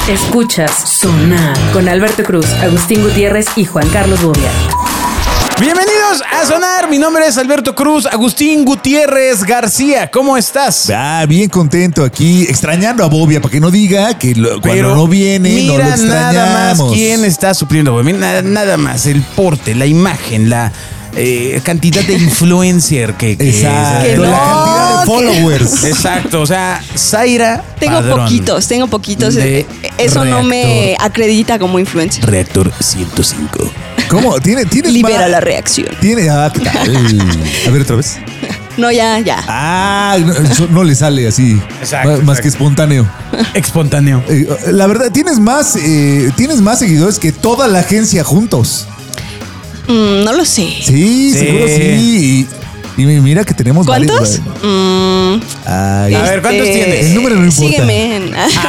Escuchas Sonar con Alberto Cruz, Agustín Gutiérrez y Juan Carlos Bobia. Bienvenidos a Sonar, mi nombre es Alberto Cruz, Agustín Gutiérrez García, ¿cómo estás? Bien contento aquí, extrañando a Bobia, para que no diga que cuando no viene no lo extrañamos. Mira nada más quién está supliendo a Bobia, nada más el porte, la imagen, la cantidad de influencer que exacto, es. la cantidad de followers. Exacto, o sea, Zaira Tengo poquitos. Eso no me acredita como influencer. Reactor 105. ¿Cómo? ¿Tienes Libera más? La reacción. ¿Qué tal? A ver, otra vez. No, ya. Eso no le sale así. Exacto, más que espontáneo. Espontáneo. La verdad, tienes más seguidores que toda la agencia juntos. No lo sé. Sí, seguro sí. Y mira que tenemos ¿cuántos? Ay, a ver, ¿cuántos tienes? El número no importa. Sígueme.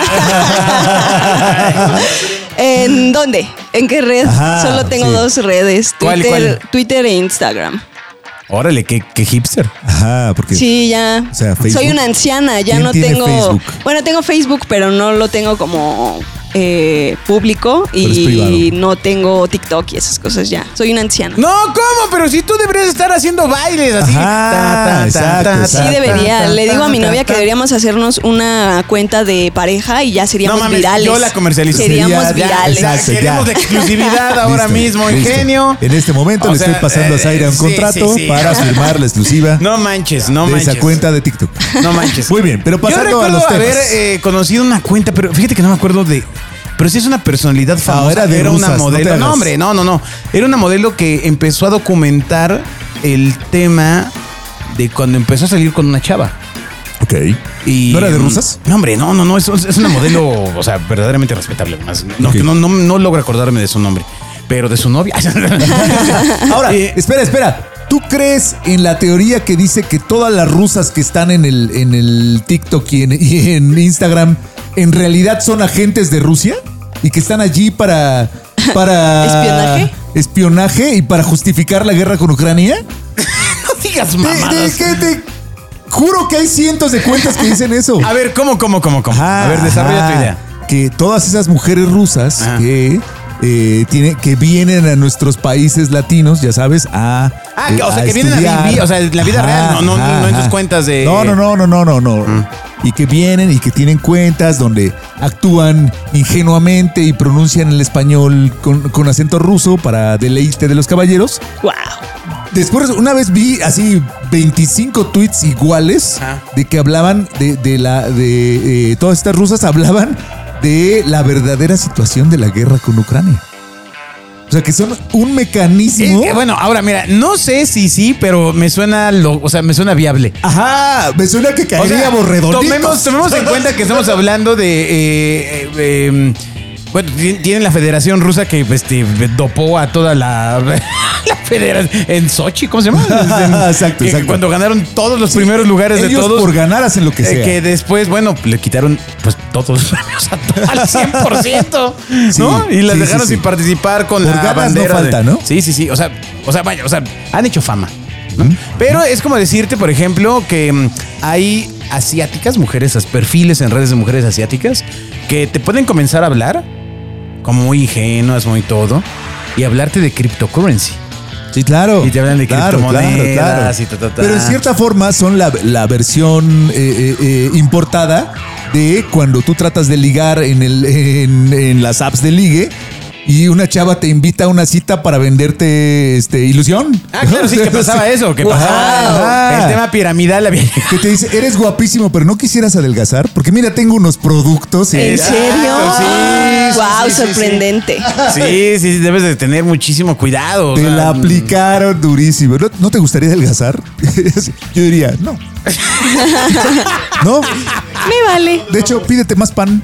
¿En dónde? ¿En qué red? Ajá, Solo tengo dos redes. Twitter e Instagram. Órale, qué hipster. Ajá, porque... Sí, ya. O sea, Facebook. Soy una anciana, ya ¿Quién no tiene tengo... Facebook? Bueno, tengo Facebook, pero no lo tengo como público y no tengo TikTok y esas cosas ya. Soy una anciana. No, ¿cómo? Pero si tú deberías estar haciendo bailes así. Exacto. Sí debería. Le digo a mi novia que deberíamos hacernos una cuenta de pareja y ya seríamos virales. Yo la comercializo. Seríamos virales. Exacto, Queremos de exclusividad ahora mismo, listo. Ingenio. En este momento le estoy pasando a Zaira un contrato para firmar la exclusiva No manches. de esa cuenta de TikTok. No manches. Muy bien, pero pasando Yo a los recuerdo temas. haber conocido una cuenta, pero fíjate que no me acuerdo de... Pero sí es una personalidad famosa. Era una rusas, modelo. No, hombre, no. Era una modelo que empezó a documentar el tema de cuando empezó a salir con una chava. Ok. Y, ¿No era de rusas? No, hombre, no. Es una modelo, o sea, verdaderamente respetable. Además. No, Okay. no logro acordarme de su nombre, pero de su novia. Ahora, espera. ¿Tú crees en la teoría que dice que todas las rusas que están en el TikTok y en Instagram en realidad son agentes de Rusia? ¿Y que están allí para espionaje y para justificar la guerra con Ucrania? No digas mamadas. Te juro que hay cientos de cuentas que dicen eso. A ver, ¿cómo? A ver, desarrolla tu idea. Que todas esas mujeres rusas que vienen a nuestros países latinos, ya sabes, o sea, que vienen a vivir, o sea, en la vida real, no en sus cuentas de... No. Y que vienen y que tienen cuentas donde actúan ingenuamente y pronuncian el español con acento ruso para deleite de los caballeros. Wow. Después, una vez vi así 25 tweets iguales de que hablaban de todas estas rusas hablaban de la verdadera situación de la guerra con Ucrania. O sea, que son un mecanismo. Bueno, ahora mira, no sé si sí, pero me suena viable. Ajá, me suena que caeríamos redonditos. Tomemos en cuenta que estamos hablando de bueno, tienen la Federación Rusa que dopó a toda la federación en Sochi, ¿cómo se llama? Exacto. Cuando ganaron todos los primeros lugares ellos de todos. Por ganar hacen lo que sea. Que después, bueno, le quitaron pues todos los premios al 100%, ¿no? Sí, y las dejaron sin participar con por la ganas bandera. No falta, ¿no? Sí. O sea, han hecho fama, ¿no? Pero es como decirte, por ejemplo, que hay asiáticas, perfiles en redes de mujeres asiáticas que te pueden comenzar a hablar como muy ingenuas, muy todo, y hablarte de cryptocurrency. Sí, claro. Y te hablan de criptomonedas claro. y ta. Pero en cierta forma son la versión importada de cuando tú tratas de ligar en las apps de ligue y una chava te invita a una cita para venderte ilusión. Claro, sí, que pasaba eso, que pasaba el tema piramidal. Que te dice, eres guapísimo, pero no quisieras adelgazar, porque mira, tengo unos productos. ¿En serio? Sí. Wow, sorprendente. Sí, debes de tener muchísimo cuidado. Te la aplicaron durísimo. ¿No te gustaría adelgazar? Yo diría, no. ¿No? Me vale. De hecho, pídete más pan.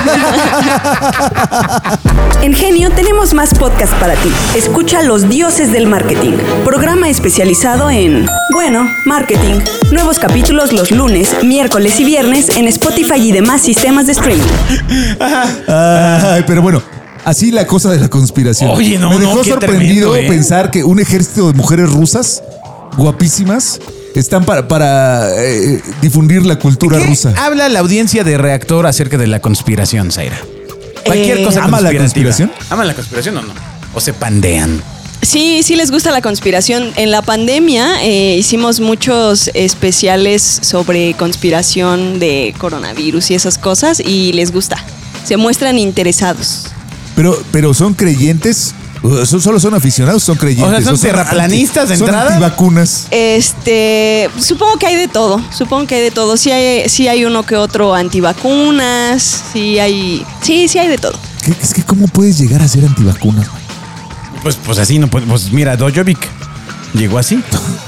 En Genio tenemos más podcast para ti. Escucha Los Dioses del Marketing, programa especializado en, marketing. Nuevos capítulos los lunes, miércoles y viernes en Spotify y demás sistemas de streaming. Ay, pero bueno, así la cosa de la conspiración. Oye, me dejó sorprendido tremendo, pensar que un ejército de mujeres rusas guapísimas están para difundir la cultura rusa. Habla la audiencia de Reactor acerca de la conspiración, Zaira. Cualquier cosa ¿ama la conspirativa. conspiración? ¿Aman la conspiración o no? ¿O se pandean? Sí, sí les gusta la conspiración. En la pandemia hicimos muchos especiales sobre conspiración de coronavirus y esas cosas y les gusta. Se muestran interesados. Pero son creyentes, solo son aficionados, son creyentes. O sea, ¿son terraplanistas de entrada? Son antivacunas. Supongo que hay de todo. Sí hay uno que otro antivacunas. Sí hay de todo. Es que ¿cómo puedes llegar a ser antivacunas? Pues así no puede. Pues mira, Dojovic llegó así.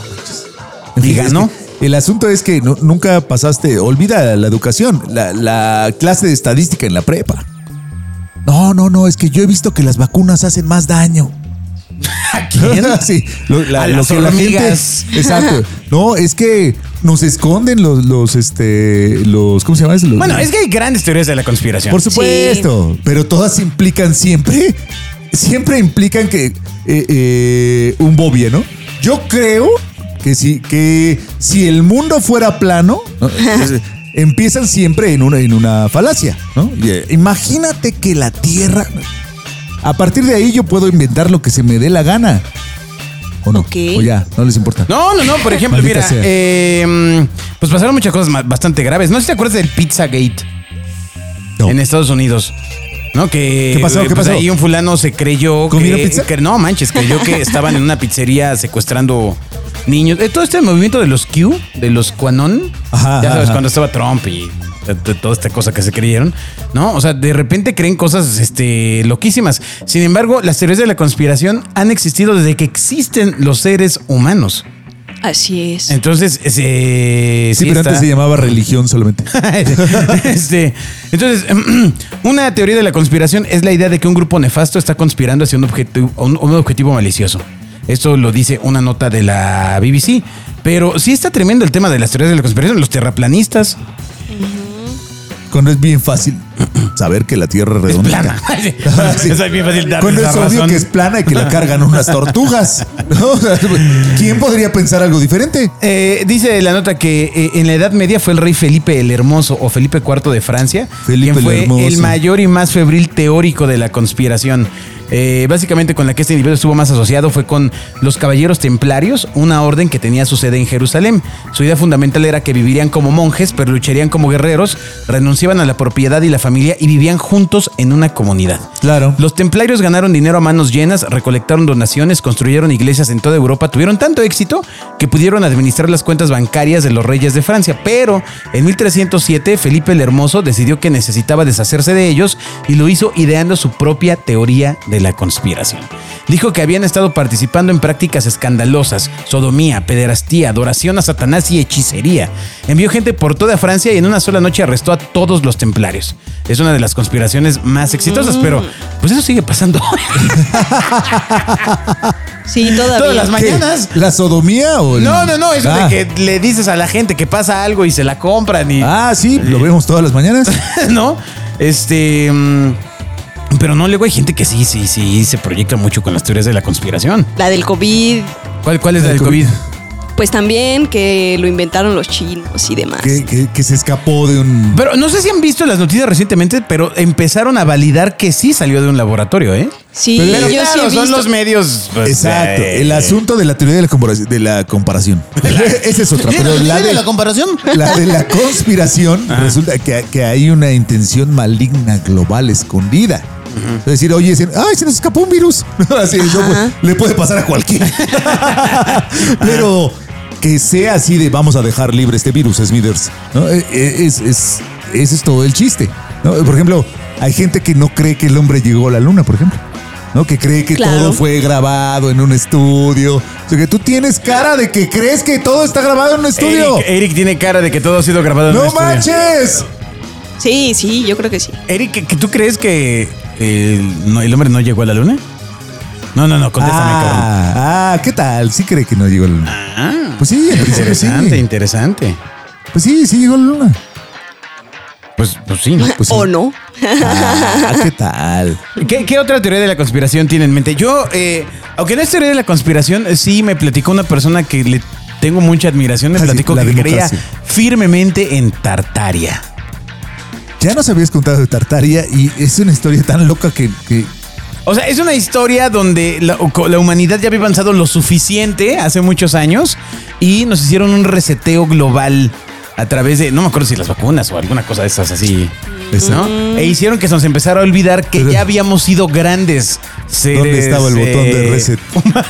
Y ganó. El asunto es que nunca pasaste, olvida la educación, la clase de estadística en la prepa. No, es que yo he visto que las vacunas hacen más daño. ¿A quién? Sí, A las hormigas. Exacto. No, es que nos esconden los ¿cómo se llama eso? Bueno, es que hay grandes teorías de la conspiración. Por supuesto, sí. Pero todas implican siempre implican que un bobia, ¿no? Yo creo que si el mundo fuera plano, ¿no? Empiezan siempre en una falacia, ¿no? Imagínate que la Tierra... A partir de ahí yo puedo inventar lo que se me dé la gana. ¿O no? Okay. O ya, no les importa. No, por ejemplo, mira, pues pasaron muchas cosas bastante graves. No sé si te acuerdas del Pizzagate en Estados Unidos. ¿No? ¿Qué pasó? Pues ahí un fulano se creyó ¿comieron pizza? Creyó que estaban en una pizzería secuestrando niños. Todo este movimiento de los Q, de los QAnon, ya sabes, cuando estaba Trump y de toda esta cosa que se creyeron, ¿no? O sea, de repente creen cosas loquísimas. Sin embargo, las teorías de la conspiración han existido desde que existen los seres humanos. Así es. Entonces, sí, pero antes se llamaba religión solamente. Entonces, una teoría de la conspiración es la idea de que un grupo nefasto está conspirando hacia un objetivo malicioso. Esto lo dice una nota de la BBC. Pero sí está tremendo el tema de las teorías de la conspiración. Los terraplanistas. Cuando es bien fácil saber que la Tierra es redonda. Es plana. Sí. Es bien fácil darle cuando esa es obvio razón. que es plana y que la cargan unas tortugas, ¿no? ¿Quién podría pensar algo diferente? Dice la nota que en la Edad Media fue el rey Felipe el Hermoso o Felipe IV de Francia, quien fue el mayor y más febril teórico de la conspiración. Básicamente con la que este individuo estuvo más asociado fue con los Caballeros Templarios, una orden que tenía su sede en Jerusalén. Su idea fundamental era que vivirían como monjes, pero lucharían como guerreros, renunciaban a la propiedad y la familia y vivían juntos en una comunidad. Claro. Los templarios ganaron dinero a manos llenas, recolectaron donaciones, construyeron iglesias en toda Europa, tuvieron tanto éxito que pudieron administrar las cuentas bancarias de los reyes de Francia. Pero en 1307 Felipe el Hermoso decidió que necesitaba deshacerse de ellos y lo hizo ideando su propia teoría de la conspiración. Dijo que habían estado participando en prácticas escandalosas, sodomía, pederastía, adoración a Satanás y hechicería. Envió gente por toda Francia y en una sola noche arrestó a todos los templarios. Es una de las conspiraciones más exitosas, pero pues eso sigue pasando. Sí, todavía. Todas las mañanas. ¿Qué? ¿La sodomía o...? No, eso de que le dices a la gente que pasa algo y se la compran y... Sí, lo vemos todas las mañanas. ¿No? Pero no, luego hay gente que sí se proyecta mucho con las teorías de la conspiración. La del COVID. ¿Cuál es la del COVID? Pues también que lo inventaron los chinos y demás. Que se escapó de un... Pero no sé si han visto las noticias recientemente, pero empezaron a validar que sí salió de un laboratorio, ¿eh? Sí, pero yo claro, sí he visto. son los medios... Pues, exacto, el asunto de la teoría de la comparación. Esa es otra, pero la de la comparación. La de la conspiración, resulta que hay una intención maligna global escondida. Es decir, oye, se nos escapó un virus. Así, le puede pasar a cualquiera. Pero que sea así de vamos a dejar libre este virus, Smithers, ¿no? Ese es todo el chiste, ¿no? Por ejemplo, hay gente que no cree que el hombre llegó a la luna, por ejemplo, ¿no? Que cree que todo fue grabado en un estudio. O sea, que tú tienes cara de que crees que todo está grabado en un estudio. Eric tiene cara de que todo ha sido grabado en un estudio. ¡No manches! Sí, yo creo que sí. Eric, ¿tú crees que el hombre no llegó a la luna? No, contéstame, cabrón. ¿Qué tal? Sí cree que no llegó a la luna. Pues sí, interesante. Pues sí llegó a la luna. Pues sí, ¿no? Pues sí. ¿O no? ¿Qué tal? ¿Qué otra teoría de la conspiración tiene en mente? Yo, aunque no es teoría de la conspiración, sí me platicó una persona que le tengo mucha admiración. Me platicó que creía firmemente en Tartaria. Ya nos habías contado de Tartaria y es una historia tan loca que O sea, es una historia donde la humanidad ya había avanzado lo suficiente hace muchos años y nos hicieron un reseteo global a través de, no me acuerdo si las vacunas o alguna cosa de esas así, ¿no? E hicieron que se nos empezara a olvidar que ya habíamos sido grandes seres. ¿Dónde estaba el botón de reset?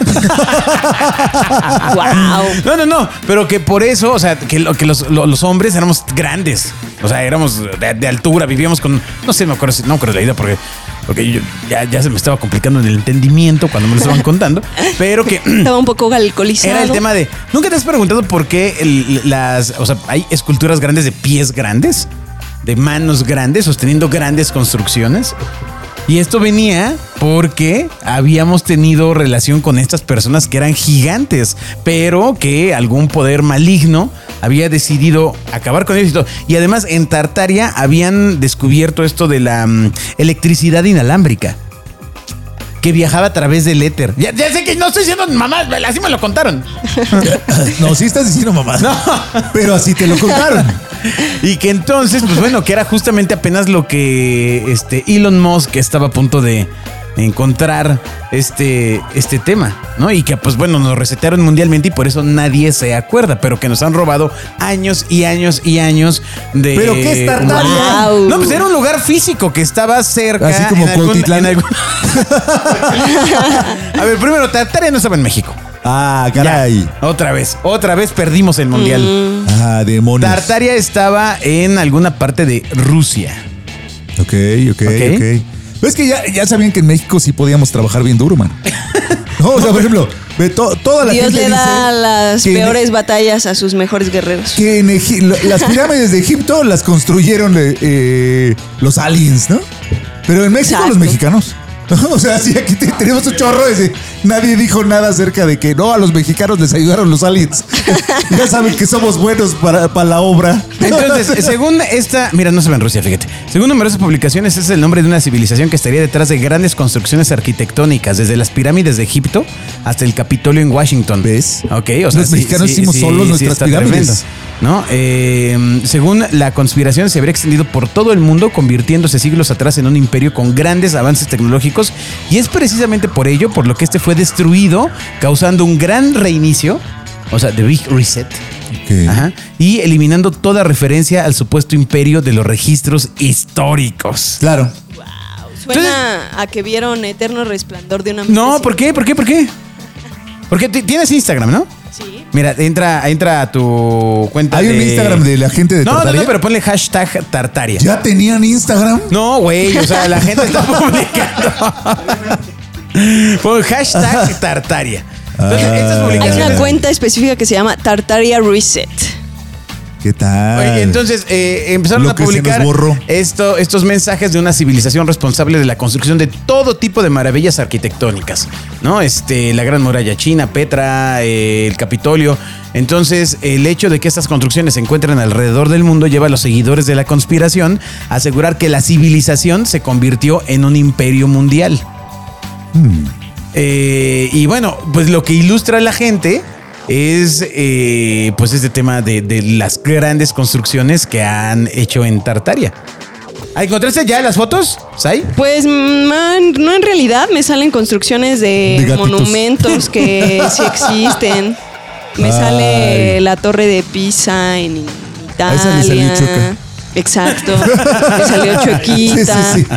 Wow. No, pero que por eso, o sea, que los hombres éramos grandes. O sea, éramos de altura, vivíamos con, no sé, no me acuerdo de la idea porque yo, ya se me estaba complicando en el entendimiento cuando me lo estaban contando, pero que estaba un poco alcoholizado. era el tema de, ¿nunca te has preguntado por qué o sea, hay esculturas grandes de pies grandes, de manos grandes, sosteniendo grandes construcciones? Y esto venía porque habíamos tenido relación con estas personas que eran gigantes, pero que algún poder maligno había decidido acabar con ellos y todo. Y además en Tartaria habían descubierto esto de la electricidad inalámbrica, que viajaba a través del éter. Ya sé que no estoy diciendo mamá, así me lo contaron. No, sí estás diciendo mamá. No. Pero así te lo contaron. Y que entonces, pues bueno, que era justamente apenas lo que Elon Musk estaba a punto de encontrar este tema, ¿no? Y que pues bueno, nos resetearon mundialmente y por eso nadie se acuerda, pero que nos han robado años y años y años de... ¿Pero qué es Tartaria? Wow. No, pues era un lugar físico que estaba cerca. Así como Cuautitlán. A ver, primero, Tartaria no estaba en México. Ah, caray. Ya, otra vez perdimos el mundial. Ah, demonios. Tartaria estaba en alguna parte de Rusia. Ok. Pero es que ya sabían que en México sí podíamos trabajar bien duro, man. No, o sea, por ejemplo, toda la Dios gente le da dice las que peores batallas a sus mejores guerreros. que las pirámides de Egipto las construyeron los aliens, ¿no? Pero en México Exacto. los mexicanos. O sea, sí, aquí tenemos un chorro de... Nadie dijo nada acerca de que no, a los mexicanos les ayudaron los aliens. Ya saben que somos buenos para la obra. Entonces, según esta... Mira, no se ve en Rusia, fíjate. Según numerosas publicaciones, es el nombre de una civilización que estaría detrás de grandes construcciones arquitectónicas, desde las pirámides de Egipto hasta el Capitolio en Washington. ¿Ves? Ok, o sea, los mexicanos hicimos solos nuestras está pirámides. tremendo, ¿no? Según la conspiración, se habría extendido por todo el mundo, convirtiéndose siglos atrás en un imperio con grandes avances tecnológicos. Y es precisamente por ello, por lo que fue destruido, causando un gran reinicio, o sea, The Big Reset. Okay. Ajá, y eliminando toda referencia al supuesto imperio de los registros históricos. Claro. Suena a que vieron Eterno Resplandor de una No, mente ¿por qué? Porque tienes Instagram, ¿no? Sí. Mira, entra a tu cuenta. Hay un Instagram de la gente de Tartaria. No, pero ponle hashtag Tartaria. ¿Ya tenían Instagram? No, güey, o sea, la gente está publicando. Pon hashtag Tartaria. Entonces, estas Hay publicaciones... una cuenta específica que se llama Tartaria Reset. ¿Qué tal? Oye, entonces empezaron Lo a que se publicar nos borró. estos mensajes de una civilización responsable de la construcción de todo tipo de maravillas arquitectónicas, ¿no? La Gran Muralla China, Petra, el Capitolio. Entonces, el hecho de que estas construcciones se encuentren alrededor del mundo lleva a los seguidores de la conspiración a asegurar que la civilización se convirtió en un imperio mundial. Y bueno, pues lo que ilustra a la gente es pues este tema de las grandes construcciones que han hecho en Tartaria. ¿Encontraste ya las fotos, Sai? Pues no, en realidad me salen construcciones De de gatitos. monumentos que sí existen. Me sale la Torre de Pisa en Italia. esa le salió chueca. Exacto. Me salió chuequita. Sí.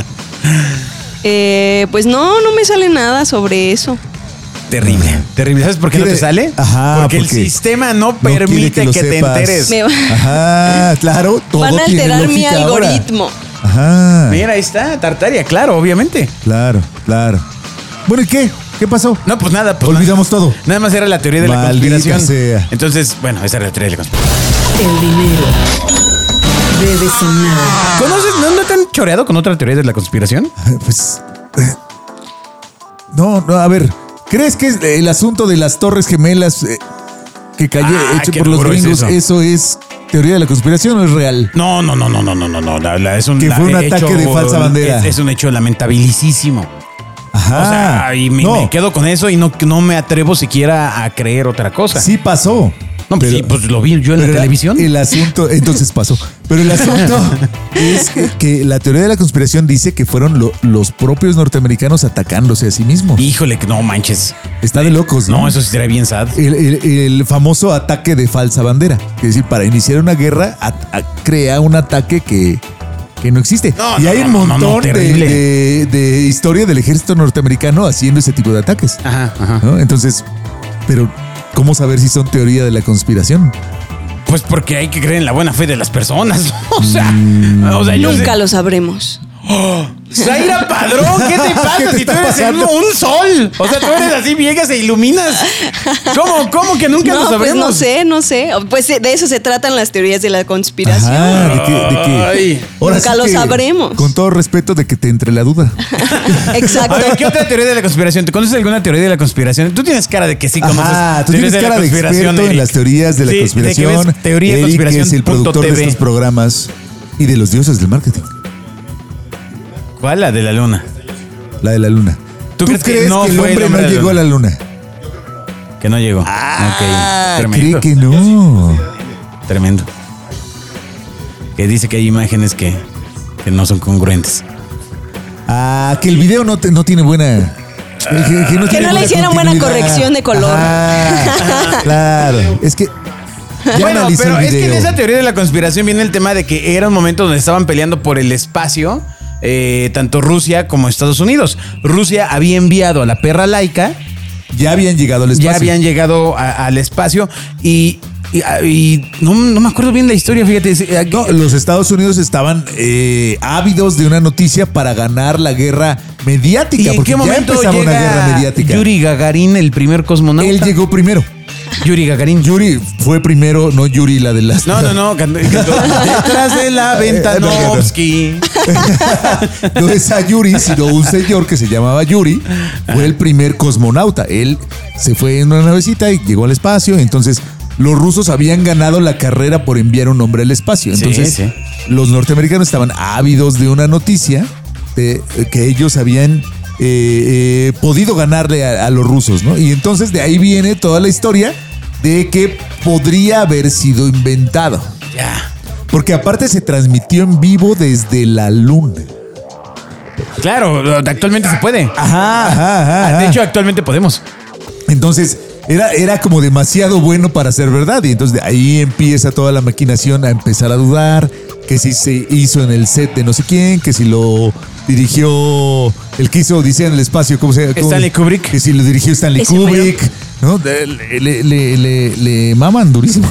Pues no me sale nada sobre eso. Terrible. ¿Sabes por qué no te sale? Ajá, porque el porque sistema no quiere permite que lo que te sepas. enteres. Ajá, claro. Todo Van a tiene alterar mi lógica ahora. algoritmo. Ajá. Mira, ahí está, Tartaria, claro, obviamente. Claro. Bueno, ¿y qué? ¿Qué pasó? No, pues nada. Pues Olvidamos todo. Nada más era la teoría de la Maldita conspiración. sea. Entonces, bueno, esa era la teoría de la conspiración. El dinero debe sonar. ¿Conoces? ¿No te han choreado con otra teoría de la conspiración? Pues. No, a ver. ¿Crees que el asunto de las Torres Gemelas que cayó hecho qué por los duro es gringos, eso es teoría de la conspiración o es real? No. Es un Que fue un hecho, ataque de falsa bandera. Es un hecho lamentabilísimo. Ajá. O sea, y me No, quedo con eso y no me atrevo siquiera a creer otra cosa. sí pasó. No, pues Pero- sí, pues lo vi yo en la Pero televisión. El asunto, entonces pasó. Pero el asunto es que la teoría de la conspiración dice que fueron los propios norteamericanos atacándose a sí mismos. Híjole, que no manches. Está de locos, ¿no? No, eso sí sería bien sad. El famoso ataque de falsa bandera. Es decir, para iniciar una guerra, crea un ataque que no existe. No, y no, hay un no, no, montón terrible. de historia del ejército norteamericano haciendo ese tipo de ataques. Ajá, ajá. ¿No? Entonces, pero ¿cómo saber si son teoría de la conspiración? Pues porque hay que creer en la buena fe de las personas. O sea, yo sé- Nunca lo sabremos. Zaira Padrón, ¿qué te pasa? ¿Qué te Si tú está eres pasando? un sol. O sea, tú eres así, llegas e iluminas. ¿Cómo que nunca lo No, pues sabremos? no sé. Pues de eso se tratan las teorías de la conspiración. Ajá, de que Ay. ahora Nunca sí lo que, sabremos. Con todo respeto de que te entre la duda. Exacto. A ver, ¿qué otra teoría de la conspiración? ¿Te conoces alguna teoría de la conspiración? Tú tienes cara de que sí conoces. Ajá, tú teorías tienes cara de conspiración, experto en Eric. las teorías de la Sí, conspiración. de que ves teoría de Eric, conspiración. que es el productor de TV. estos programas y de los dioses del marketing. ¿Cuál? La de la luna. La de la luna. ¿Tú crees que no el fue el hombre hombre no de la llegó a la luna? Que no llegó. Ah, Ok. Tremendo. cree que no. Tremendo. Que dice que hay imágenes que no son congruentes. Ah, que el video no tiene buena. Que no, tiene Que no le hicieron buena continuidad. corrección de color. Ah, claro. Es que. Ya Bueno, analizó pero el es que en video. esa teoría de la conspiración viene el tema de que era un momento donde estaban peleando por el espacio, tanto Rusia como Estados Unidos. Rusia había enviado a la perra Laika, Ya habían llegado al espacio. ya habían llegado al espacio y no me acuerdo bien la historia, fíjate. No, los Estados Unidos estaban ávidos de una noticia para ganar la guerra mediática. ¿Y en porque qué momento ya empezaba una guerra llega mediática. Yuri Gagarin, el primer cosmonauta? Él llegó primero. Yuri Gagarin. Yuri fue primero, no Yuri la de las. No, cantó detrás de la Ventanovsky. No es a Yuri, sino un señor que se llamaba Yuri. Fue el primer cosmonauta. Él se fue en una navecita y llegó al espacio. Entonces, los rusos habían ganado la carrera por enviar un hombre al espacio. Entonces, Sí. los norteamericanos estaban ávidos de una noticia de que ellos habían podido ganarle a los rusos, ¿no? Y entonces de ahí viene toda la historia de que podría haber sido inventado. Ya. Porque aparte se transmitió en vivo desde la luna. Claro, actualmente se puede. Ajá. De hecho, actualmente podemos. Entonces, era como demasiado bueno para ser verdad. Y entonces de ahí empieza toda la maquinación a empezar a dudar. Que si se hizo en el set de no sé quién, que si lo dirigió el que hizo Odisea en el espacio, ¿cómo se llama? Stanley Kubrick. Que si lo dirigió Stanley Ese Kubrick. ¿No? Le maman durísimo.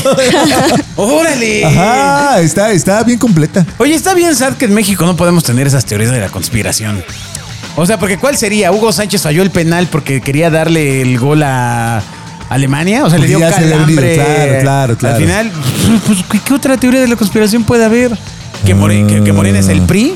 ¡Órale! Ajá, está bien completa. Oye, está bien sad que en México no podemos tener esas teorías de la conspiración. O sea, porque ¿cuál sería? ¿Hugo Sánchez falló el penal porque quería darle el gol a Alemania? O sea, Porque le dio ya se le ha venido, calambre. claro. Al final, pues, ¿qué otra teoría de la conspiración puede haber? ¿Que Morena es el PRI?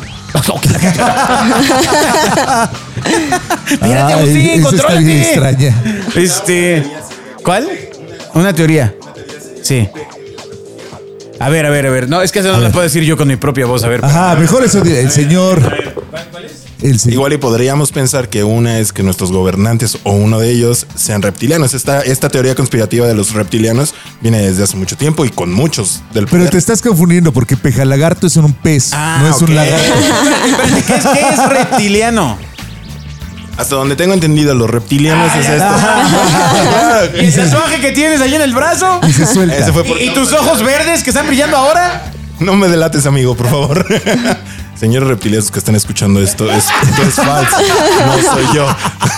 Espérate, Agustín, eso está bien contrólate. extraña. ¿Cuál? Una teoría. Sí. A ver. No, es que eso no lo puedo decir yo con mi propia voz. A ver. Ajá, mejor eso. El señor. Igual y podríamos pensar que una es que nuestros gobernantes o uno de ellos sean reptilianos. Esta teoría conspirativa de los reptilianos viene desde hace mucho tiempo y con muchos del Pero poder. te estás confundiendo porque pejalagarto es un pez, no es ok. un lagarto. Espérate, ¿qué es reptiliano? Hasta donde tengo entendido, los reptilianos es esto. ¿Y el tatuaje que tienes ahí en el brazo? Y se suelta. Ese fue por- ¿Y tus ojos verdes que están brillando ahora? No me delates, amigo, por favor. Señores reptilianos que están escuchando esto, es falso. No soy yo.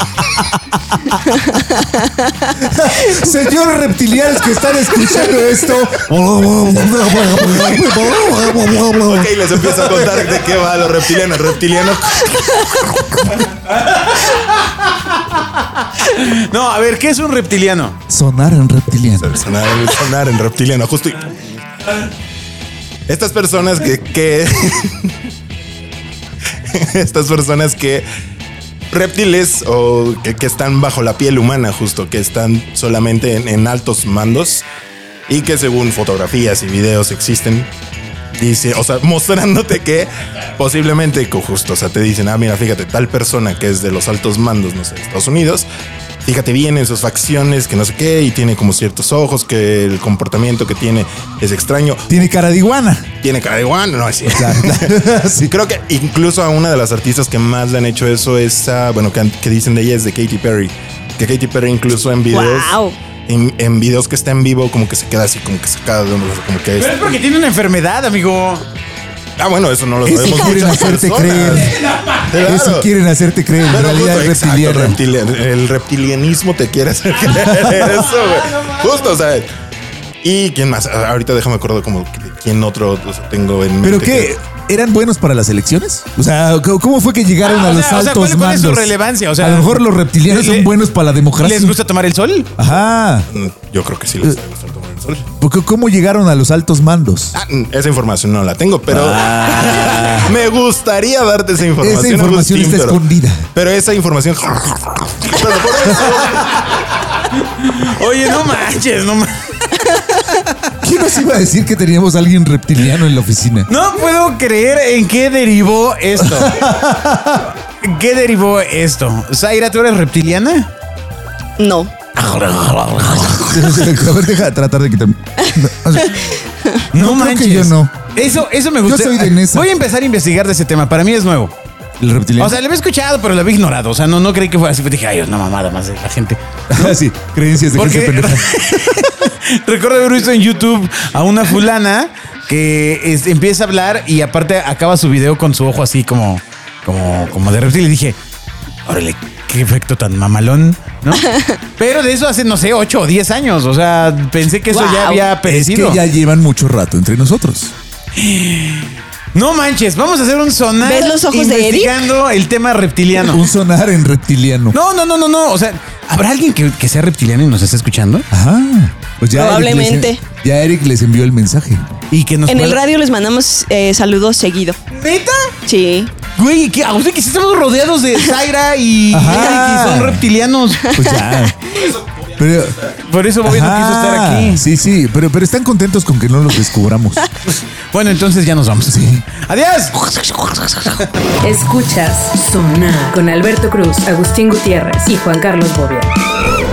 Señores reptilianos que están escuchando esto. Ok, les empiezo a contar de qué va los reptilianos. Reptilianos. No, a ver, ¿qué es un reptiliano? Sonar en reptiliano. Sonar en reptiliano, justo. Estas personas que estas personas que reptiles o que están bajo la piel humana, justo, que están solamente en altos mandos y que según fotografías y videos existen, dice, o sea, mostrándote que posiblemente justo, o sea, te dicen, mira, fíjate, tal persona que es de los altos mandos, no sé, Estados Unidos, fíjate bien en sus facciones, que no sé qué, y tiene como ciertos ojos, que el comportamiento que tiene es extraño. Tiene cara de iguana. Tiene cara de iguana, no es cierto. Claro. Sí. Creo que incluso a una de las artistas que más le han hecho eso es, que dicen de ella es de Katy Perry. Que Katy Perry incluso en videos... Wow. En videos que está en vivo, como que se queda así, como que sacada de un... Como que Pero es porque tiene una enfermedad, amigo. bueno, eso no lo Eso sabemos quieren muchas hacerte personas. creer. Claro. Eso quieren hacerte creer. En Pero realidad es justo, exacto, reptiliana. el reptilianismo te quiere hacer creer eso, güey. Justo, o sea. ¿Y quién más? Ahorita déjame acordar como quién otro tengo en ¿Pero mente qué? ¿Eran buenos para las elecciones? O sea, ¿cómo fue que llegaron a los altos ¿cuál es mandos? su relevancia? O sea, a lo mejor los reptilianos son buenos para la democracia. ¿Les gusta tomar el sol? Ajá. Yo creo que sí les gusta tomar el sol. Porque ¿cómo llegaron a los altos mandos? Esa información no la tengo, pero me gustaría darte esa información. Esa información Agustín, está escondida. Pero esa información... Pero por eso... Oye, no manches, no manches. ¿Quién nos iba a decir que teníamos a alguien reptiliano en la oficina? No puedo creer en qué derivó esto. ¿Qué derivó esto? Zaira, ¿tú eres reptiliana? No. A ver, deja de tratar de quitarme. O sea, No creo que yo no. Eso me gusta. Yo soy de Nesa. Voy a empezar a investigar de ese tema. Para mí es nuevo. El reptiliano. O sea, lo había escuchado, pero lo había ignorado. O sea, no creí que fuera así. Pues dije, ay, es una mamada más de la gente. sí, creencias de gente Porque pendeja. recuerdo haber visto en YouTube a una fulana que empieza a hablar y aparte acaba su video con su ojo así como de reptil. Y dije, órale, qué efecto tan mamalón, ¿no? Pero de eso hace, no sé, 8 o 10 años. O sea, pensé que eso ya Wow. había Es perecido. que ya llevan mucho rato entre nosotros. No manches, vamos a hacer un sonar ¿Ves los ojos de Eric? investigando el tema reptiliano. Un sonar en reptiliano. No. O sea, ¿habrá alguien que sea reptiliano y nos esté escuchando? Ajá. Pues ya Probablemente. Eric les envió el mensaje. Y que nos En el pueda- radio les mandamos saludos seguido. ¿Neta? Sí. Güey, que que sí estamos rodeados de Zaira y Ajá. Eric y son reptilianos. Pues ya. Pero, Por eso Bobby no quiso estar Ajá. aquí. Sí, pero están contentos con que no los descubramos. Bueno, entonces ya nos vamos. Sí. ¡Adiós! Escuchas Sonar con Alberto Cruz, Agustín Gutiérrez y Juan Carlos Bobia.